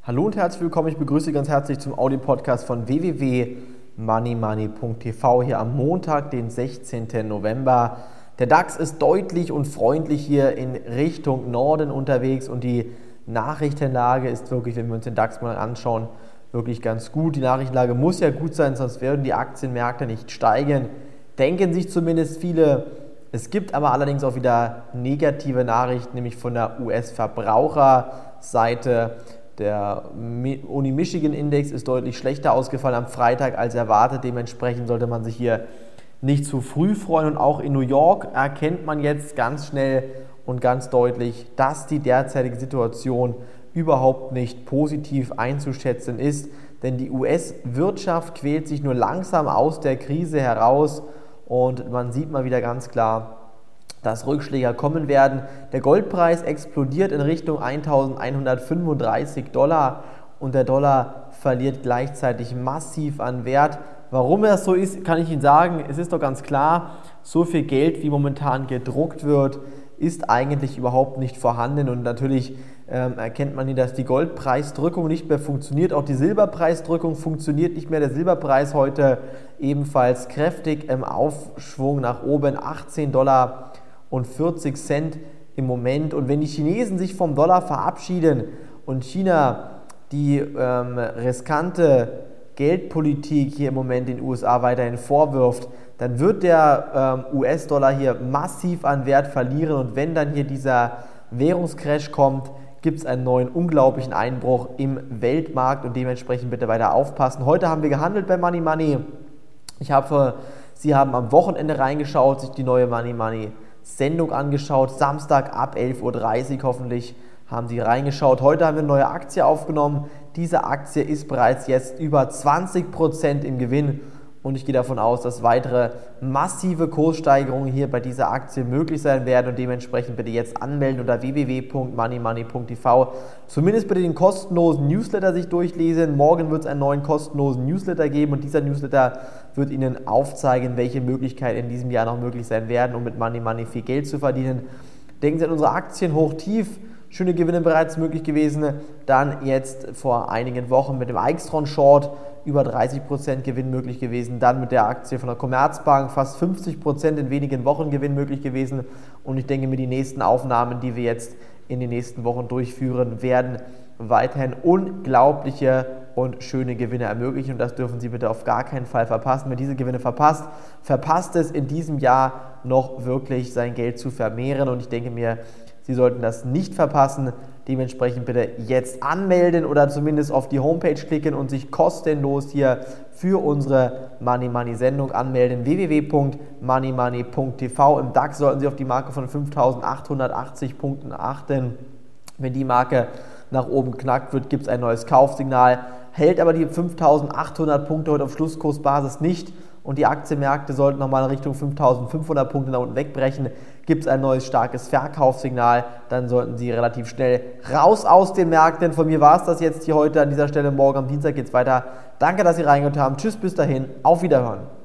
Hallo und herzlich willkommen, ich begrüße Sie ganz herzlich zum Audio-Podcast von www.moneymoney.tv hier am Montag, den 16. November. Der DAX ist deutlich und freundlich hier in Richtung Norden unterwegs und die Nachrichtenlage ist wirklich, wenn wir uns den DAX mal anschauen, wirklich ganz gut. Die Nachrichtenlage muss ja gut sein, sonst würden die Aktienmärkte nicht steigen, denken sich zumindest viele. Es gibt aber allerdings auch wieder negative Nachrichten, nämlich von der US-Verbraucherseite. Der Uni-Michigan-Index ist deutlich schlechter ausgefallen am Freitag als erwartet. Dementsprechend sollte man sich hier nicht zu früh freuen. Und auch in New York erkennt man jetzt ganz schnell und ganz deutlich, dass die derzeitige Situation überhaupt nicht positiv einzuschätzen ist. Denn die US-Wirtschaft quält sich nur langsam aus der Krise heraus. Und man sieht mal wieder ganz klar, dass Rückschläge kommen werden. Der Goldpreis explodiert in Richtung $1.135 und der Dollar verliert gleichzeitig massiv an Wert. Warum das so ist, kann ich Ihnen sagen. Es ist doch ganz klar, so viel Geld, wie momentan gedruckt wird, ist eigentlich überhaupt nicht vorhanden. Und natürlich erkennt man hier, dass die Goldpreisdrückung nicht mehr funktioniert. Auch die Silberpreisdrückung funktioniert nicht mehr. Der Silberpreis heute ebenfalls kräftig im Aufschwung nach oben, $18,40 im Moment. Und wenn die Chinesen sich vom Dollar verabschieden und China die riskante Geldpolitik hier im Moment in den USA weiterhin vorwirft, dann wird der US-Dollar hier massiv an Wert verlieren. Und wenn dann hier dieser Währungscrash kommt, gibt es einen neuen unglaublichen Einbruch im Weltmarkt und dementsprechend bitte weiter aufpassen. Heute haben wir gehandelt bei Money Money. Sie haben am Wochenende reingeschaut, sich die neue Money Money Sendung angeschaut. Samstag ab 11:30 Uhr hoffentlich haben Sie reingeschaut. Heute haben wir eine neue Aktie aufgenommen. Diese Aktie ist bereits jetzt über 20% im Gewinn. Und ich gehe davon aus, dass weitere massive Kurssteigerungen hier bei dieser Aktie möglich sein werden und dementsprechend bitte jetzt anmelden unter www.moneymoney.tv. Zumindest bitte den kostenlosen Newsletter sich durchlesen. Morgen wird es einen neuen kostenlosen Newsletter geben und dieser Newsletter wird Ihnen aufzeigen, welche Möglichkeiten in diesem Jahr noch möglich sein werden, um mit Money Money viel Geld zu verdienen. Denken Sie an unsere Aktien hoch-tief. Schöne Gewinne bereits möglich gewesen. Dann jetzt vor einigen Wochen mit dem Aixtron Short über 30% Gewinn möglich gewesen. Dann mit der Aktie von der Commerzbank fast 50% in wenigen Wochen Gewinn möglich gewesen. Und ich denke mir, die nächsten Aufnahmen, die wir jetzt in den nächsten Wochen durchführen, werden weiterhin unglaubliche und schöne Gewinne ermöglichen. Und das dürfen Sie bitte auf gar keinen Fall verpassen. Wenn diese Gewinne verpasst es in diesem Jahr noch wirklich sein Geld zu vermehren. Und ich denke mir, Sie sollten das nicht verpassen. Dementsprechend bitte jetzt anmelden oder zumindest auf die Homepage klicken und sich kostenlos hier für unsere Money Money Sendung anmelden. www.moneymoney.tv. Im DAX sollten Sie auf die Marke von 5.880 Punkten achten. Wenn die Marke nach oben knackt wird, gibt es ein neues Kaufsignal. Hält aber die 5.800 Punkte heute auf Schlusskursbasis nicht und die Aktienmärkte sollten nochmal in Richtung 5.500 Punkte nach unten wegbrechen, gibt es ein neues starkes Verkaufssignal, dann sollten Sie relativ schnell raus aus den Märkten. Von mir war es das jetzt hier heute an dieser Stelle. Morgen am Dienstag geht es weiter. Danke, dass Sie reingehört haben. Tschüss, bis dahin, auf Wiederhören.